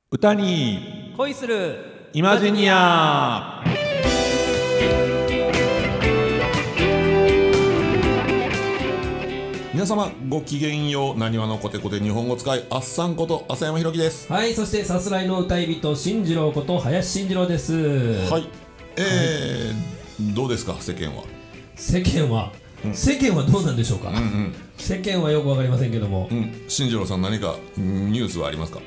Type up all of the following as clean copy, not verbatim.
歌に恋するイマジニア。皆様ごきげんよう。なにわのコテコテ日本語使いあっさんこと浅山ひろきです。 はい、そしてさすらいの歌い人進次郎こと林進次郎です。 はい、どうですか世間は。 世間はどうなんでしょうか。世間はよくわかりませんけども、 進次郎さん何かニュースはありますか。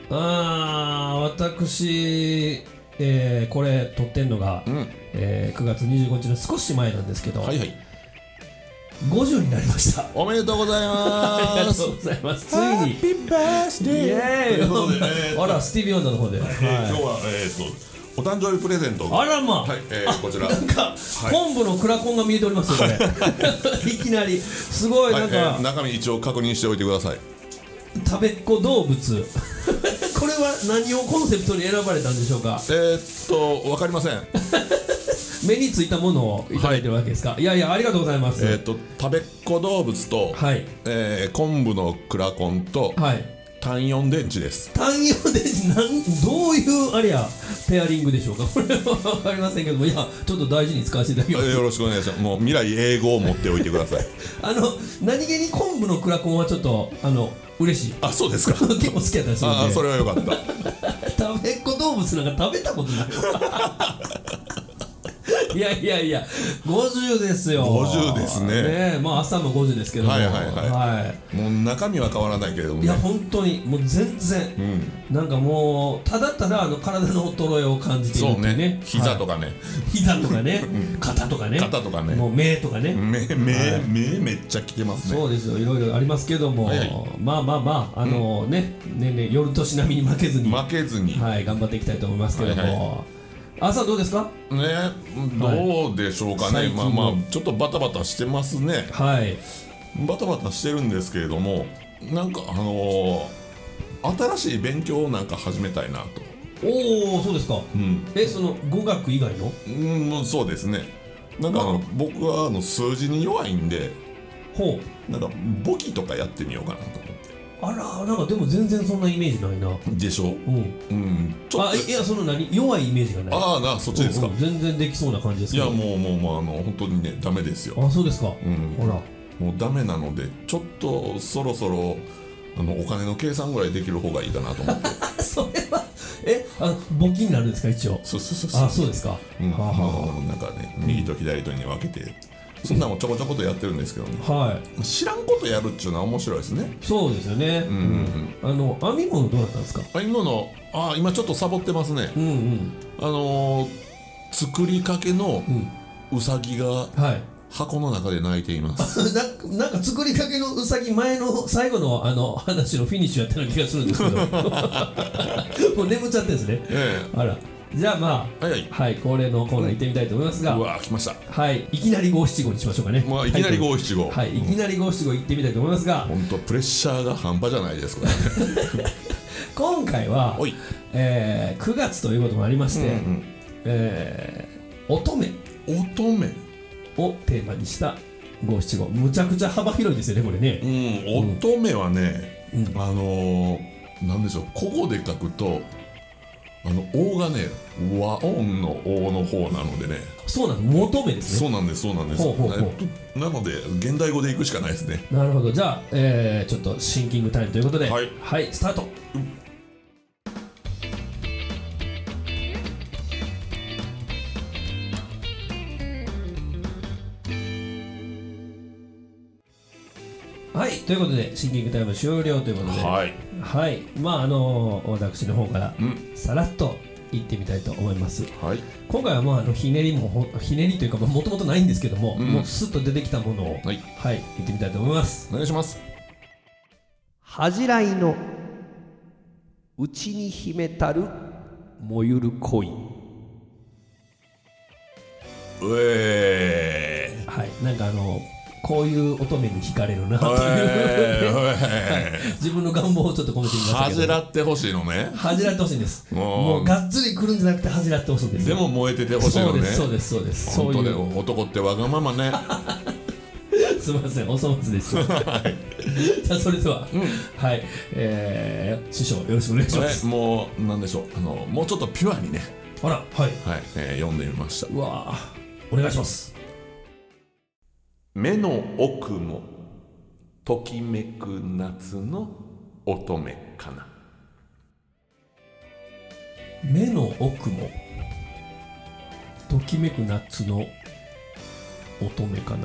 私、これ撮ってんのが、9月25日の少し前なんですけど、 はいはい、 50になりました。 おめでとうございますありがとうございます。ついにハッピーバースデーイエーイということで、 あらスティービー・ワンダーの方で、 今日はお誕生日プレゼントあらまあ、 はい、こちらなんか、昆布のクラコンが見えておりますよこれいきなりすごいなんか、 中身一応確認しておいてください。 食べっ子動物これは何をコンセプトに選ばれたんでしょうか。 わかりません目についたものをいただいてるわけですか。いやいや、ありがとうございます。 食べっ子動物と、 はい、 昆布のクラコンと、 はい、 単4電池です。 単4電池どういうあれやペアリングでしょうか。これは分かりませんけども、いやちょっと大事に使わせていただきます。 よろしくお願いします。もう未来英語を持っておいてください何気に昆布のクラコンはちょっと嬉しい。 あ、そうですか結構好きやったりするんで。 あ、それはよかった食べっ子動物なんか食べたことないいやいやいや、50ですよ。 50ですね。 まあ朝も50ですけども、 はいはいはい、もう中身は変わらないけれどもね。 いや本当にもう全然、なんかもうただただ体の衰えを感じているっていうね。 膝とかね、 膝とかね、肩とかね、もう目とかね、 目めっちゃきてますね。 そうですよ、いろいろありますけども、まあね、年々夜年並みに負けずに、はい、頑張っていきたいと思いますけども。朝どうですかね。どうでしょうかね。まあちょっとバタバタしてますね。 はい、 バタバタしてるんですけれども、なんか新しい勉強をなんか始めたいなと。 おお、そうですか。その語学以外の？ そうですね。なんか僕は数字に弱いんで、なんか簿記とかやってみようかなと思って。 あら、なんかでも全然そんなイメージないな。 でしょ。ちょっといや、その弱いイメージがない。 そっちですか。 全然できそうな感じですけど。 いやもう本当にねダメですよ。 あ、そうですか。ほら、 もうダメなので、ちょっとそろそろお金の計算ぐらいできる方がいいかなと思ってそれは簿記になるんですか一応。 そう。 あ、そうですか。 なんかね、右と左とに分けて、そんなもちょこちょことやってるんですけどね。知らんことやるっていうのは面白いですね。 そうですよね。編み物どうなったんですか。 編み物、今ちょっとサボってますね。作りかけのうさぎが箱の中で泣いていますなんか作りかけのうさぎ、前の最後の話のフィニッシュやったような気がするんですけどもう眠っちゃってるんですね。あら、じゃあまあ、恒例のコーナー行ってみたいと思いますが、 うわ来ました。 いきなり五七五にしましょうかね。 いきなり五七五、 いきなり五七五行ってみたいと思いますが、 本当プレッシャーが半端じゃないですからね今回は、9月ということもありまして、乙女をテーマにした五七五、むちゃくちゃ幅広いですよねこれね。 乙女はね、なんでしょう、古語で書くと王がね和音の王の方なのでね。 そうなんです、求めですね。 そうなんですなので現代語でいくしかないですね。 なるほど。じゃあ、ちょっとシンキングタイムということで、スタート。ということでシンキングタイム終了ということで、私の方からさらっと言ってみたいと思います。今回はひねりというかもともとないんですけども、もうスッと出てきたものを言ってみたいと思います。 お願いします。 恥じらいの内に秘めたる燃ゆる恋。なんかこういう乙女に惹かれるなという自分の願望をちょっと込めてみましたけど、 恥じらってほしいのね。 恥じらってほしいんです。もうがっつりくるんじゃなくて恥じらってほしいんです。 でも燃えててほしいのね。 そうです。 本当ね、男ってわがままねすみません、お粗末でした。じゃあそれでは、はい、師匠よろしくお願いします。 もうなんでしょう、もうちょっとピュアにね、 あら、はい、 読んでみました。 うわー、お願いします。 目の奥もときめく夏の乙女かな。 目の奥もときめく夏の乙女かな。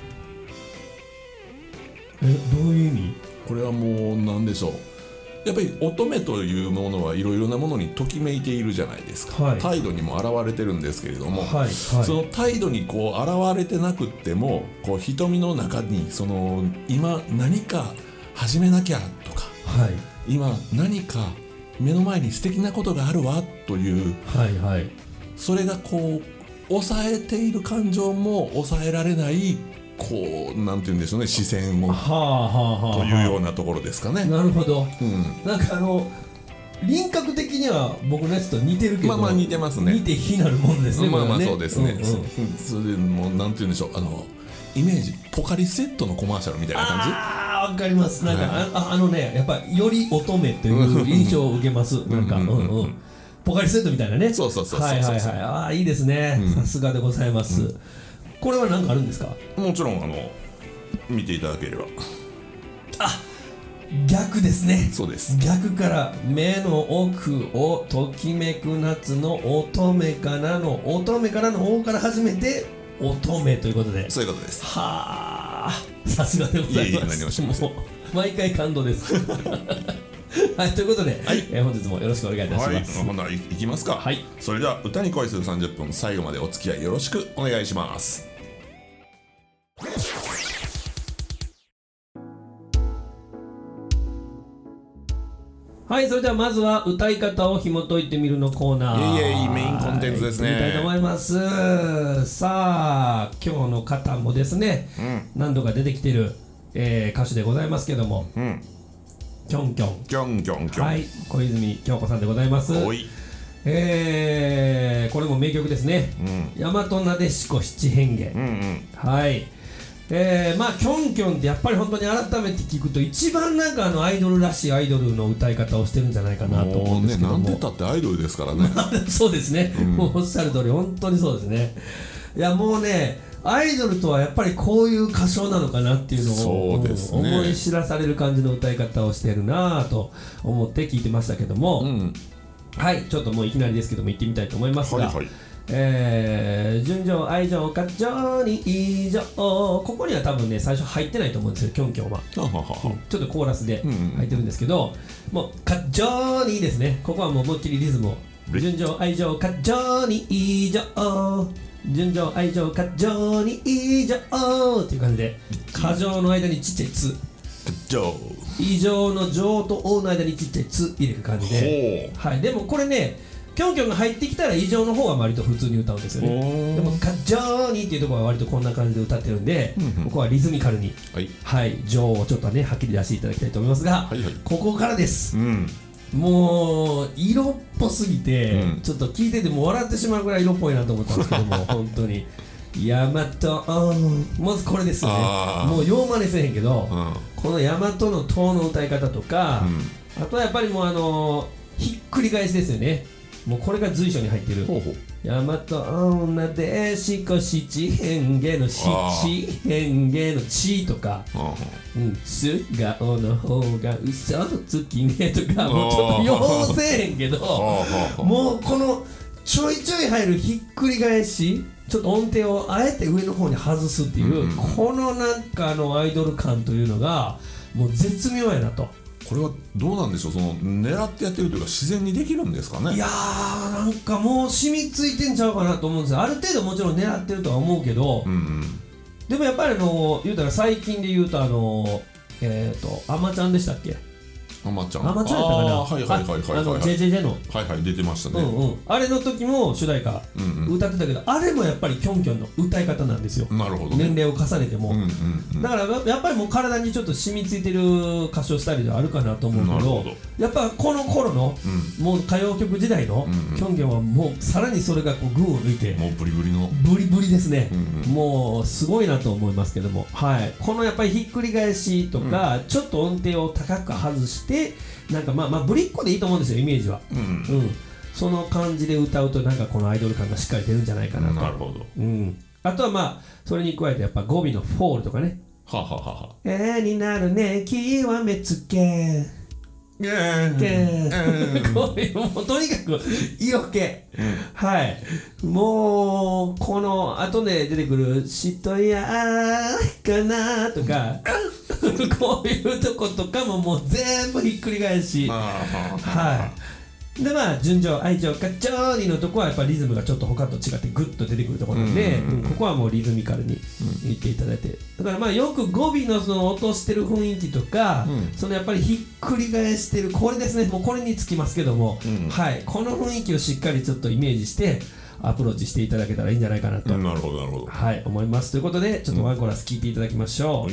どういう意味？ これはもう何でしょう、やっぱり乙女というものはいろいろなものにときめいているじゃないですか、態度にも現れてるんですけれども、その態度にこう現れてなくっても、こう瞳の中に今何か始めなきゃとか、今何か目の前に素敵なことがあるわという、それがこう抑えている感情も抑えられない、こうなんて言うんでしょうね、視線をというようなところですかね。 なるほど、なんか輪郭的には僕のやつと似てるけど、 まあ似てますね。 似て非なるものですね。 まあそうですね。それでもうなんて言うんでしょう、イメージポカリスエットのコマーシャルみたいな感じ。 わかります。なんかやっぱりより乙女という印象を受けます。なんかポカリスエットみたいなね。 そう。 ああ、いいですね。さすがでございます。これは何かあるんですか？ もちろん見ていただければ。 逆ですね。 そうです。 逆から目の奥をときめく夏の乙女からの王から始めて乙女ということで。 そういうことです。 はあ、さすがでございます。もう毎回感動です。はい、ということで、本日もよろしくお願いいたします。 ほな、いきますか。それでは歌に恋する30分、最後までお付き合いよろしくお願いします。 はい、それではまずは歌い方を紐解いてみるのコーナー。 メインコンテンツですね。 やりたいと思います。さあ、今日の方もですね、何度か出てきている、歌手でございますけども、キョンキョン、はい、小泉今日子さんでございます。これも名曲ですね。大和なでしこ七変化。はい。まあキョンキョンってやっぱり本当に改めて聞くと一番なんかアイドルらしいアイドルの歌い方をしてるんじゃないかなと思うんですけども、 なんて言ったってアイドルですからね。 そうですね、もうおっしゃる通り本当にそうですね。いやもうね、アイドルとはやっぱりこういう歌唱なのかなっていうのを思い知らされる感じの歌い方をしてるなと思って聞いてましたけども、はい、ちょっともういきなりですけども行ってみたいと思いますが、純情愛情感情に異常、ここには多分ね最初入ってないと思うんですよ、キョンキョンは。ちょっとコーラスで入ってるんですけど、もう感情にですね、ここはもう思いっきりリズムを純情愛情感情に異常、純情愛情感情に異常っていう感じで、過剰の間にちっちゃいつ、異常の情と王の間にちっちゃいつ入れる感じで、はい。でもこれね、キョンキョンが入ってきたら異常の方は割と普通に歌うんですよね。でも過剰にっていうところは割とこんな感じで歌ってるんで、ここはリズミカルに、はい、情をちょっとねはっきり出していただきたいと思いますが、ここからです。もう色っぽすぎて、ちょっと聞いてても笑ってしまうぐらい色っぽいなと思ったんですけども、本当にヤマト、まずこれですよね。もうよう真似せへんけど、このヤマトの塔の歌い方とか、あとはやっぱりもうひっくり返しですよね。もうこれが随所に入ってる。ヤマトなでしこ七変化の七変化の七とか、素顔の方が嘘つきねとか、もうちょっとようせえへんけど、もうこのちょいちょい入るひっくり返し、ちょっと音程をあえて上の方に外すっていう、このなんかアイドル感というのがもう絶妙やなと。 これはどうなんでしょう、狙ってやってるというか自然にできるんですかね。 いやー、なんかもう染みついてんちゃうかなと思うんですよ。ある程度もちろん狙ってるとは思うけど、でもやっぱり言うたら最近で言うとアマちゃんでしたっけ、 浜ちゃんやったかな、 はいはいはいはいはい、 JJJ のはいはい出てましたね、 あれの時も主題歌歌ってたけど、あれもやっぱりキョンキョンの歌い方なんですよ。 なるほど、 年齢を重ねても、だからやっぱりもう体にちょっと染みついてる歌唱スタイルではあるかなと思うけど、やっぱこの頃の、もう歌謡曲時代のキョンキョンはもうさらにそれがこう群を抜いて、 もうブリブリのブリブリですね、もうすごいなと思いますけども、はい、このやっぱりひっくり返しとか、ちょっと音程を高く外してなんかまあぶりっ子でいいと思うんですよ、イメージは。その感じで歌うとなんかこのアイドル感がしっかり出るんじゃないかなと。 なるほど。 あとはまあそれに加えてやっぱ語尾のフォールとかね。 はははは。 になるね極めつけ。こういうもうとにかく色気、はい、もうこの後で出てくるしとやかなとかこういうとことかももう全部ひっくり返し、でまあ純情愛情かちょうにのとこはやっぱリズムがちょっと他と違ってグッと出てくるところなんで、ここはもうリズミカルに言っていただいて、だからまあよく語尾のその落としてる雰囲気とか、そのやっぱりひっくり返してるこれですね、もうこれにつきますけども、はい、この雰囲気をしっかりちょっとイメージしてアプローチしていただけたらいいんじゃないかなと、 なるほどなるほど、 はい、思います。ということでちょっとワンコーラス聴いていただきましょう。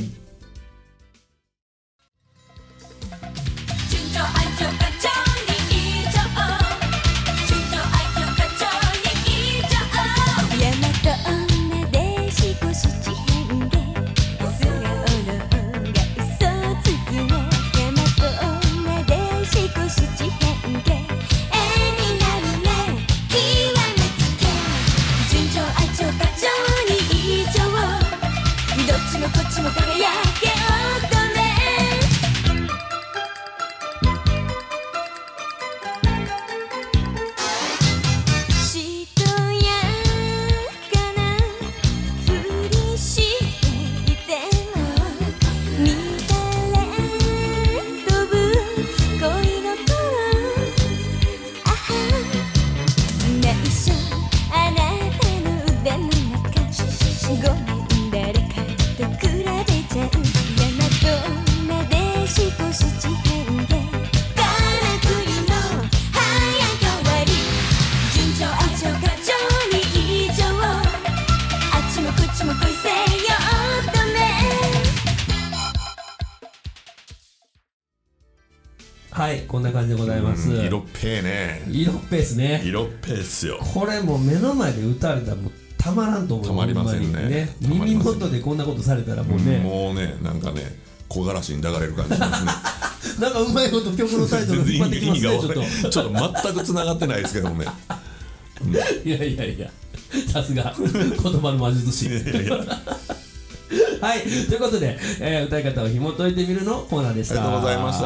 はい、こんな感じでございます。 色っぺーね。 色っぺーですね。 色っぺーっすよ。 これもう目の前で歌われたらもうたまらんと思う。 たまりませんね。 耳元でこんなことされたらもうね、 もうね、なんかね、木枯らしに抱かれる感じしますね。 なんかうまいこと曲のタイトル引っ張ってきますね。 ちょっと全く繋がってないですけどもね。 いやいやいや、さすが言葉の魔術師。はい、ということで、歌い方を紐解いてみるのコーナーでした。 ありがとうございました。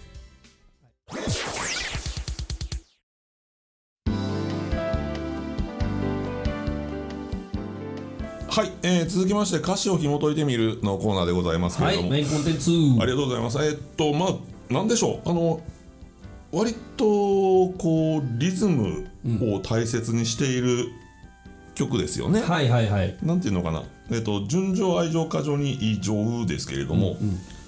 はい、続きまして歌詞を紐解いてみるのコーナーでございますけれども、 はい、メインコンテンツありがとうございます。まあなんでしょう、割とこうリズムを大切にしている曲ですよね。 はいはいはい。 なんていうのかな、純情愛情過剰に異常ですけれども、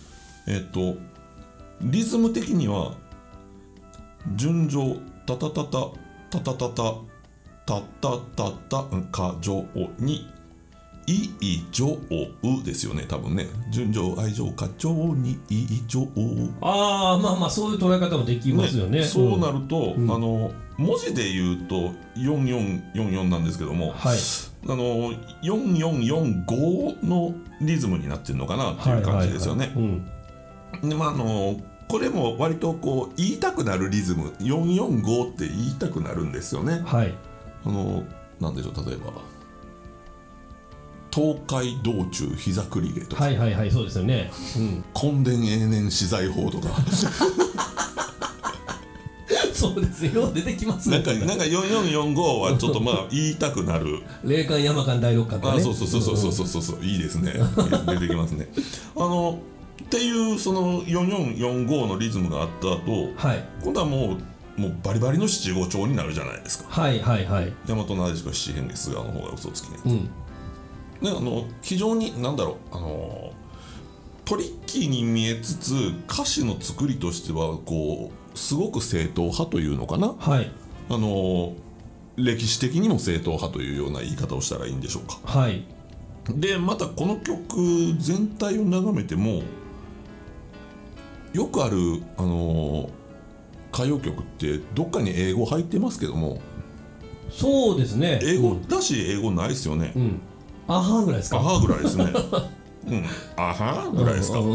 リズム的には純情タタタタタタタタタタタタ過剰に異常ですよね、多分ね。純情愛情過剰に異常。 ああ、まあまあそういう捉え方もできますよね。 そうなると、文字で言うと4444なんですけども、はい、4445のリズムになってるのかなっていう感じですよね。でまあこれも割とこう言いたくなるリズム、445って言いたくなるんですよね。 はい、 なんでしょう、例えば東海道中膝くりげとか、 はいはいはい、そうですよね。 根伝永年資材法とかそうですよ、出てきますね。 なんか4445はちょっとまあ言いたくなる霊感山間第六感とかね。 そういいですね。出てきますね。っていうその4445のリズムがあった後、はい、今度はもうバリバリの七五調になるじゃないですか。はいはいはい。大和なでしこ七変化菅の方が嘘つきね。非常になんだろう、 トリッキーに見えつつ歌詞の作りとしてはこうすごく正統派というのかな、 はい、 歴史的にも正統派というような言い方をしたらいいんでしょうか。 はい、 でまたこの曲全体を眺めてもよくある、歌謡曲ってどっかに英語入ってますけども、 そうですね、 英語だし英語ないですよね、 アハーぐらいですか。 アハーぐらいですねアハーぐらいですか、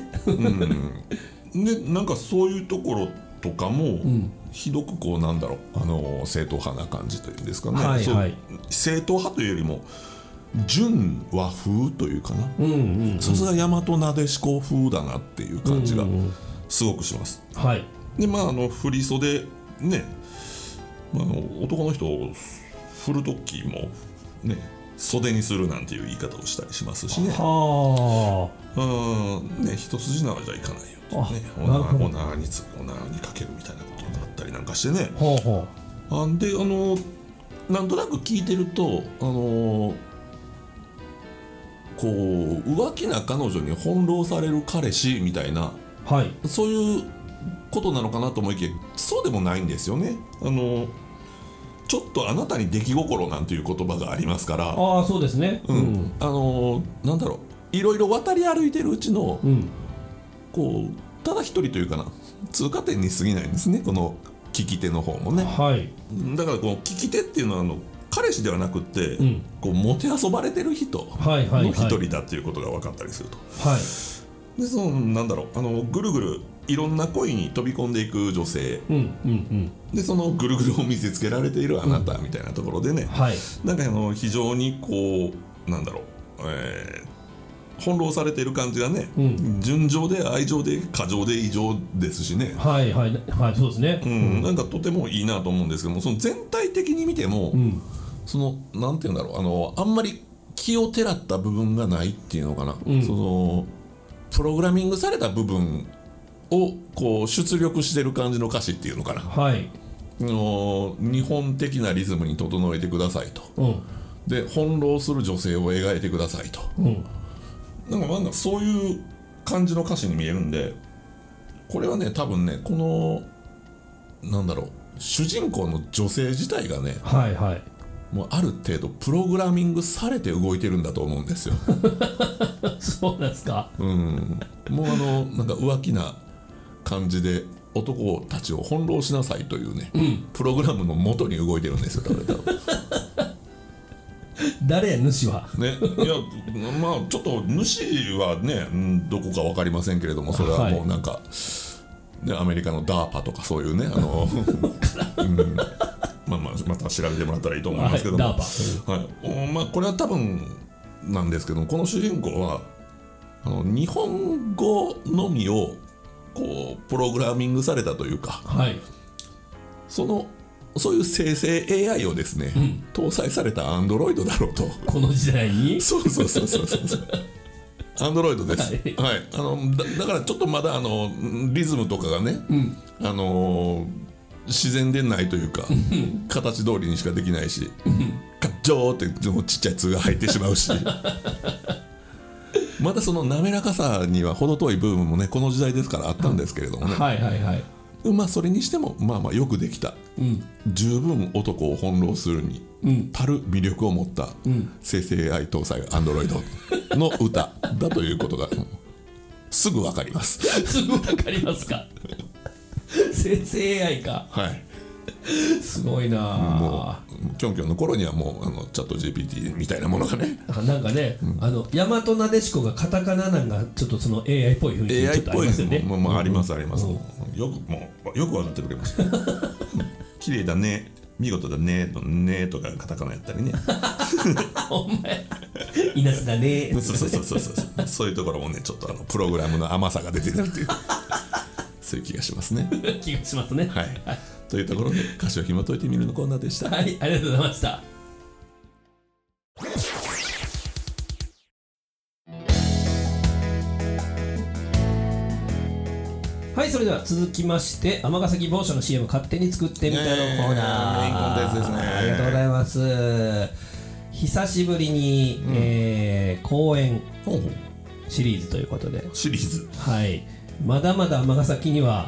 でなんかそういうところとかも、ひどくこうなんだろう正統派な感じというんですかね、 はいはい、 正統派というよりも純和風というかな、さすが大和なでしこ風だなっていう感じがすごくします、 はい、 で振り袖ね、男の人を振る時もね袖にするなんていう言い方をしたりしますしね、ね一筋縄じゃいかないよとね、おならにかけるみたいなことがあったりなんかしてね、でなんとなく聞いてるとこう浮気な彼女に翻弄される彼氏みたいな、はい、そういうことなのかなと思いきやそうでもないんですよね。ちょっとあなたに出来心なんていう言葉がありますから、 ああそうですね、 なんだろう、いろいろ渡り歩いてるうちの、こうただ一人というかな通過点に過ぎないんですね、この聞き手の方もね、はい、だからこの聞き手っていうのは彼氏ではなくって、こうもてあそばれてる人の一人だっていうことが分かったりすると、でなんだろうぐるぐるいろんな恋に飛び込んでいく女性、でそのぐるぐるを見せつけられているあなたみたいなところでね、なんか非常にこうなんだろう、翻弄されている感じがね、純情で愛情で過剰で異常ですしね、 そうですね、 なんかとてもいいなと思うんですけども、その全体的に見ても、そのなんていうんだろう、あんまり気をてらった部分がないっていうのかな、そのプログラミングされた部分をこう出力してる感じの歌詞っていうのかな、日本的なリズムに整えてくださいと、で翻弄する女性を描いてくださいと、なんかそういう感じの歌詞に見えるんで、これはね多分ねこのなんだろう主人公の女性自体がね、もうある程度プログラミングされて動いてるんだと思うんですよそうなんですか。 もうなんか浮気な感じで男たちを翻弄しなさいというね、プログラムの元に動いてるんですよ多分誰や主はね、いやちょっと主はねどこか分かりませんけれども、それはもうなんか、ね、アメリカの DARPA とかそういうねまた調べてもらったらいいと思いますけども、これは多分なんですけども、この主人公は日本語のみをこうプログラミングされたというか、そういう生成 AI をですね、搭載されたアンドロイドだろうと、 この時代にそうアンドロイドです、だからちょっとまだリズムとかがね、自然でないというか、形通りにしかできないし、カッチョーってちっちゃい「つ」が入ってしまうしまたその滑らかさには程遠い部分もねこの時代ですからあったんですけれどもね、それにしてもよくできた、十分男を翻弄するに足る魅力を持った生成 AI 搭載アンドロイドの歌だということがすぐ分かりますすぐ分かりますか生成 AI か、すごいな。 もうキョンキョンの頃にはもうチャット GPT みたいなものがね、 なんかね、大和なでしこがカタカナなんかちょっとその AI っぽい雰囲気ちょっとありますよね。 ありますあります、よく分かってくれます綺麗だね、見事だねとねとかカタカナやったりねお前いなすだねそういうところもねちょっとプログラムの甘さが出てるっていうそういう気がしますね気がしますね。 というところで歌詞を紐解いてみるのコーナーでした。 ありがとうございました。それでは続きまして尼崎某所の CM 勝手に作ってみたのコーナー、 メインコンテンツですね。 ありがとうございます。久しぶりに、公演シリーズということで、 シリーズ、 はい、まだまだ尼崎には、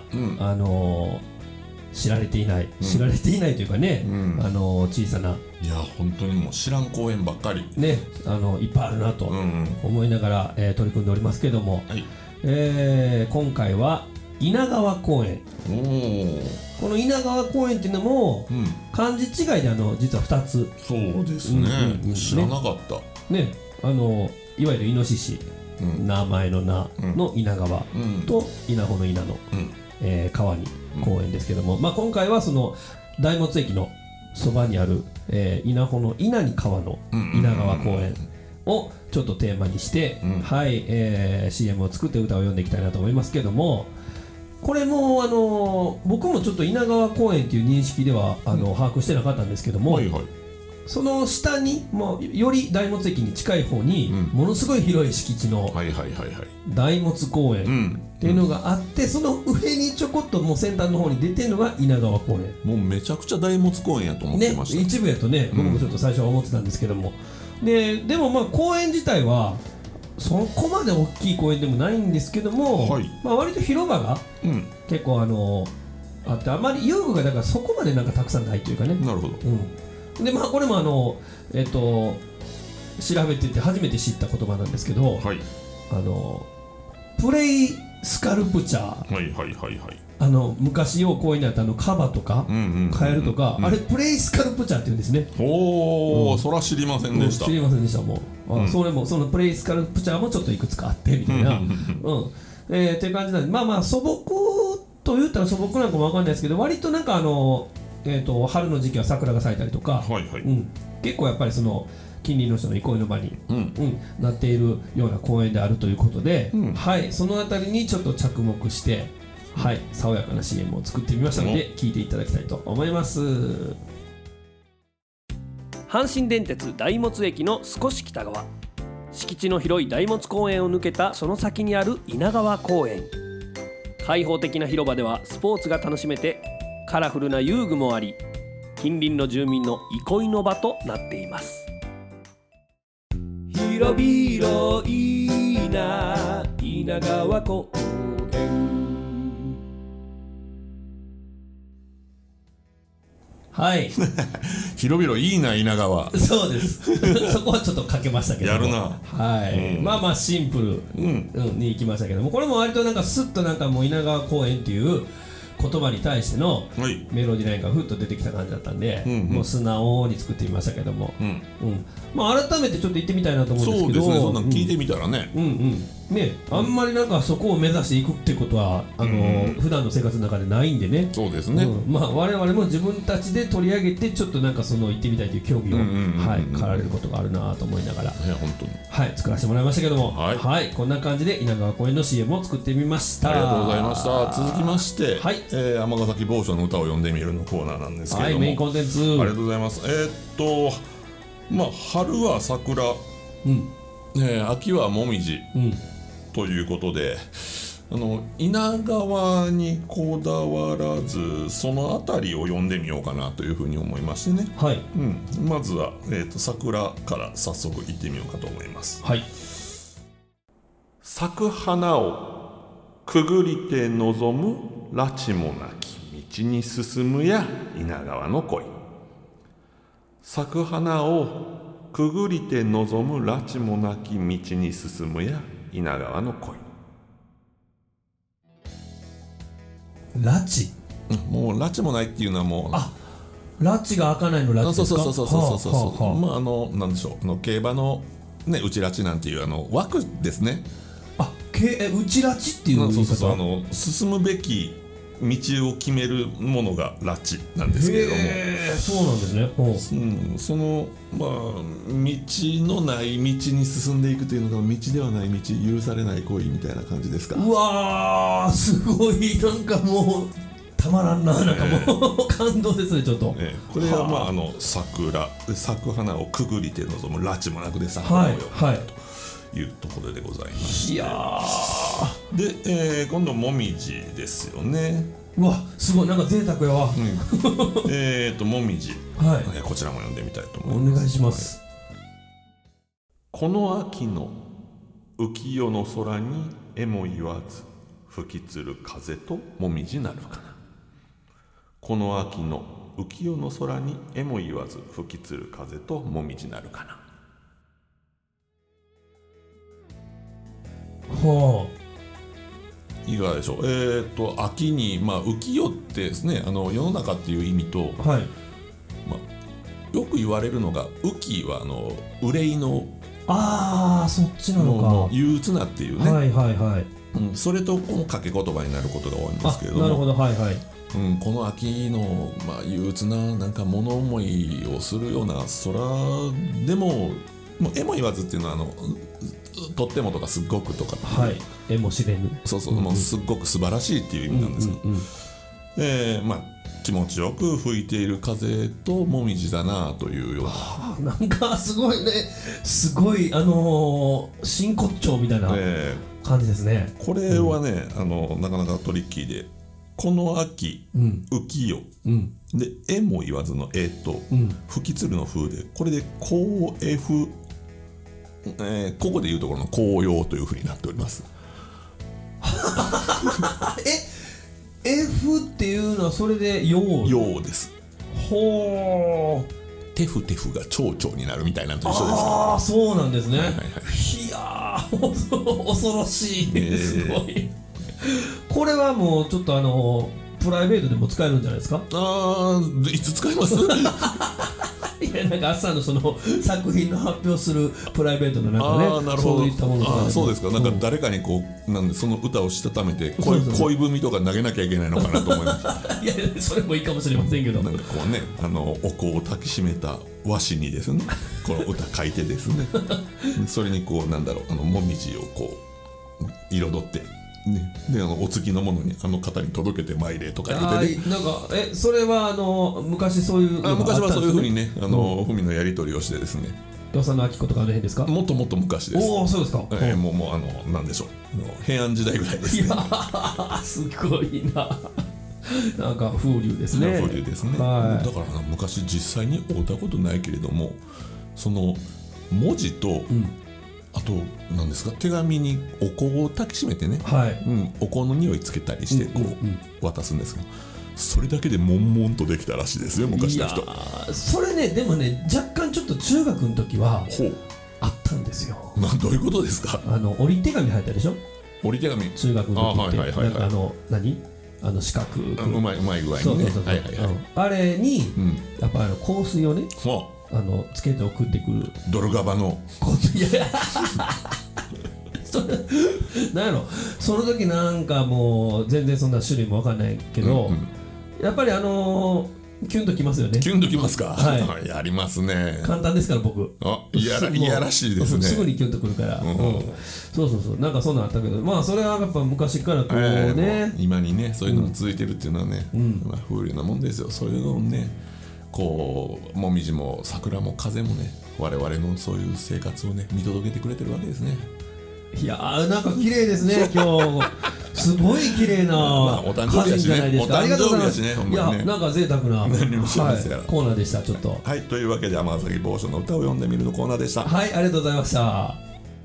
知られていない、知られていないというかね、小さな、 いや本当にもう知らん公園ばっかりね、いっぱいあるなと思いながら、取り組んでおりますけども、はい、今回は稲川公園。この稲川公園っていうのも、漢字違いで実は2つ。 そうですね、知らなかったね、いわゆるイノシシ、名前の名の稲川と稲穂の稲の、川に公園ですけども、今回はその大物駅のそばにある、稲穂の稲に川の稲川公園をちょっとテーマにして、はい、CM を作って歌を読んでいきたいなと思いますけども、これも僕もちょっと稲川公園という認識では把握してなかったんですけども、その下により大物駅に近い方にものすごい広い敷地の大物公園っていうのがあって、その上にちょこっともう先端の方に出てるのが稲川公園。 もうめちゃくちゃ大物公園やと思ってました、 一部やとね、僕もちょっと最初は思ってたんですけども、でも公園自体はそこまで大きい公園でもないんですけども、割と広場が結構あって、あまり遊具がだからそこまでなんかたくさんないというかね。 なるほど。 でこれも調べてて初めて知った言葉なんですけど、プレイスカルプチャー、昔よう公園にあったカバとかカエルとか、あれプレイスカルプチャーって言うんですね。 そら知りませんでした。 知りませんでした。もう、それもそのプレイスカルプチャーもちょっといくつかあってみたいなっていう感じなんで、素朴と言ったら素朴なのかも分かんないですけど、割となんか春の時期は桜が咲いたりとか、結構やっぱりその近隣の人の憩いの場に、なっているような公園であるということで、そのあたりにちょっと着目して、爽やかな CM を作ってみましたので、聞いていただきたいと思います。阪神電鉄大物駅の少し北側、敷地の広い大物公園を抜けたその先にある稲川公園。開放的な広場ではスポーツが楽しめて、カラフルな遊具もあり、近隣の住民の憩いの場となっています。広々いいな稲川公園。 広々いいな稲川。 そうですそこはちょっとかけましたけど、 やるな。 シンプル、に行きましたけども、これも割となんかスッとなんかもう稲川公園っていう言葉に対してのメロディーラインがふっと出てきた感じだったんで、もう素直に作ってみましたけども、改めてちょっと行ってみたいなと思うんですけど、 そうですね、そんなん聞いてみたらね、 あんまりなんかそこを目指していくってことは普段の生活の中でないんでね。 そうですね、 我々も自分たちで取り上げて、ちょっとなんかその行ってみたいという興味を駆られることがあるなと思いながら、 本当に作らせてもらいましたけども、こんな感じで稲川公園の CM を作ってみました。 ありがとうございました。続きまして、尼崎某所の歌を読んでみるのコーナーなんですけれども、 メインコンテンツ、 ありがとうございます。春は桜、秋はもみじ、ということで、稲川にこだわらずその辺りを読んでみようかなというふうに思いましてね、まずは、桜から早速行ってみようかと思います。咲く花をくぐりて望む拉致もなき道に進むや稲川の恋。咲く花をくぐりて望む拉致もなき道に進むや稲川の恋。 拉致、 もう拉致もないっていうのはもう、 拉致が開かないの拉致ですか。 そうなんでしょう、競馬のね、内拉致なんていう枠ですね。 内拉致っていう言い方。 進むべき道を決めるものが拉致なんですけれども、 そうなんですね。 その道のない道に進んでいくというのが、道ではない道、許されない行為みたいな感じですか。 うわー、すごい、なんかもうたまらんな、なんかもう感動ですね、ちょっと。 これが桜で、咲く花をくぐりて望む拉致もなくで桜をよというところでございまして、で、今度もみじですよね。 うわ、すごい、なんか贅沢やわ。 もみじ、こちらも読んでみたいと思います。 お願いします。 この秋の浮世の空にえも言わず吹きつる風ともみじなるかな。この秋の浮世の空にえも言わず吹きつる風ともみじなるかな。 はあ、いかがでしょう。秋に、浮世ってですね、世の中っていう意味と、 はい、 よく言われるのが浮きは憂いのそっちなのか、 憂鬱なっていうね、 はいはいはい、 それとこの掛け言葉になることが多いんですけれども、 なるほど、はいはい、 この秋の、憂鬱ななんか物思いをするような空でもえも言わずっていうのはとってもとかすっごくとか、 はい、えもしれぬ、 そうそう、もうすっごく素晴らしいっていう意味なんですけど、気持ちよく吹いている風ともみじだなというような、なんかすごいね、すごい真骨頂みたいな感じですね。 これはね、なかなかトリッキーで、この秋、浮世、でえも言わずのえと、吹きつるの風で、これでこうえふ、ここでいうところの紅葉という風になっております。 F っていうのはそれで陽です。 ほー、 テフテフが蝶々になるみたいなのと一緒です。 ああ、そうなんですね。いやー、恐ろしい、すごい。これはもうちょっとプライベートでも使えるんじゃないですか。 いつ使います？ いや、なんか朝のその作品の発表するプライベートの中で、ね、そういったものとか、 そうですか。なんか誰かになんでその歌をしたためて恋文とか投げなきゃいけないのかなと思いました。 いや、それもいいかもしれませんけど、 なんかこうね、お香を抱きしめた和紙にですね、この歌書いてですねそれにもみじを彩ってね、でお付きのものに方に届けて参れとか言ってね、 なんかそれは昔そういうのがあったんですね。 昔はそういうふうにね、文のやり取りをしてですね、 与謝野晶子とかあの辺ですか。 もっともっと昔です。 おお、そうですか。 もうなんでしょう、平安時代ぐらいですね。 いやすごいな。なんか風流ですね。 風流ですね、はい、だから昔実際に会ったことないけれども、その文字と、あと何ですか、手紙にお香を抱きしめてね、お香の匂いつけたりして渡すんですけど、それだけで悶々とできたらしいですよ、昔の人。いやそれね、でもね、若干ちょっと中学の時はあったんですよ。 どういうことですか？ 折り手紙入ったでしょ。 折り手紙、 中学の時って、なんか四角うまい具合にね、 あれにやっぱ香水をねつけて送ってくるドルガバのいやなんやろ、その時なんかもう全然そんな種類も分かんないけど、やっぱりキュンときますよね。 キュンときますか？ はい、 やりますね。 簡単ですから僕。 いやらしいですね。 すぐにキュンとくるから。そうなんかそんなんあったけど、それはやっぱ昔からこうね、 今にねそういうのが続いてるっていうのはね、風流なもんですよ。そういうのをね、もみじも桜も風もね、我々のそういう生活をね見届けてくれてるわけですね。 いやー、なんか綺麗ですね今日。すごい綺麗なお誕生日やしね。お誕生日やしね。 いや、なんか贅沢なコーナーでした。ちょっとはい、というわけで尼崎坊所の歌を読んでみるのコーナーでした。 はい、ありがとうございました。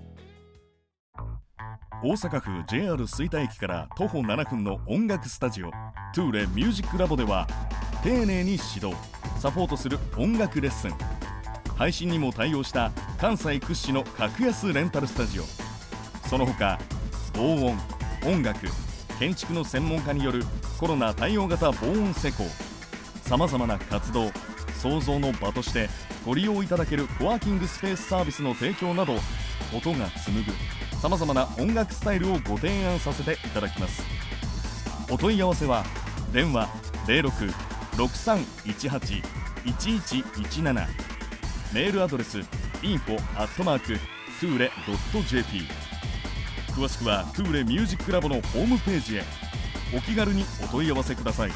大阪府 JR 吹田駅から徒歩7分の音楽スタジオトゥーレミュージックラボでは、丁寧に指導サポートする音楽レッスン、配信にも対応した関西屈指の格安レンタルスタジオ、その他防音、音楽、建築の専門家によるコロナ対応型防音施工、さまざまな活動創造の場としてご利用いただけるコワーキングスペースサービスの提供など、音が紡ぐさまざまな音楽スタイルをご提案させていただきます。お問い合わせは電話 06-6318-1117、 メールアドレス info@toure.jp、 詳しくはトゥーレミュージックラボのホームページへお気軽にお問い合わせください。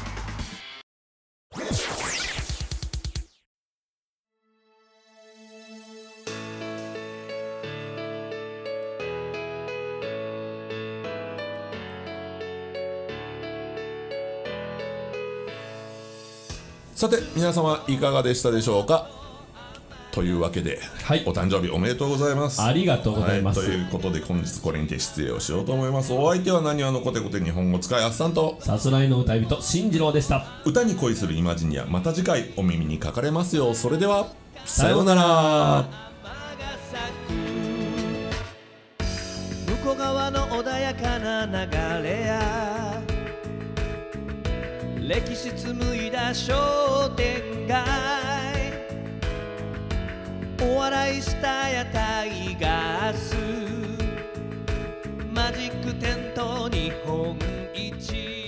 さて皆様いかがでしたでしょうか。 というわけで、 はい、 お誕生日おめでとうございます。 ありがとうございます、 ということで本日これにて失礼をしようと思います。お相手はなにわのコテコテ日本語使いあっさんとさすらいの歌い人進次郎でした。 歌に恋するイマジニア、また次回お耳にかかれますよ。それではさようなら。 向こう側の穏やかな流れや歴史紡いだ商店街、お笑いスターやタイガース、マジックテント日本一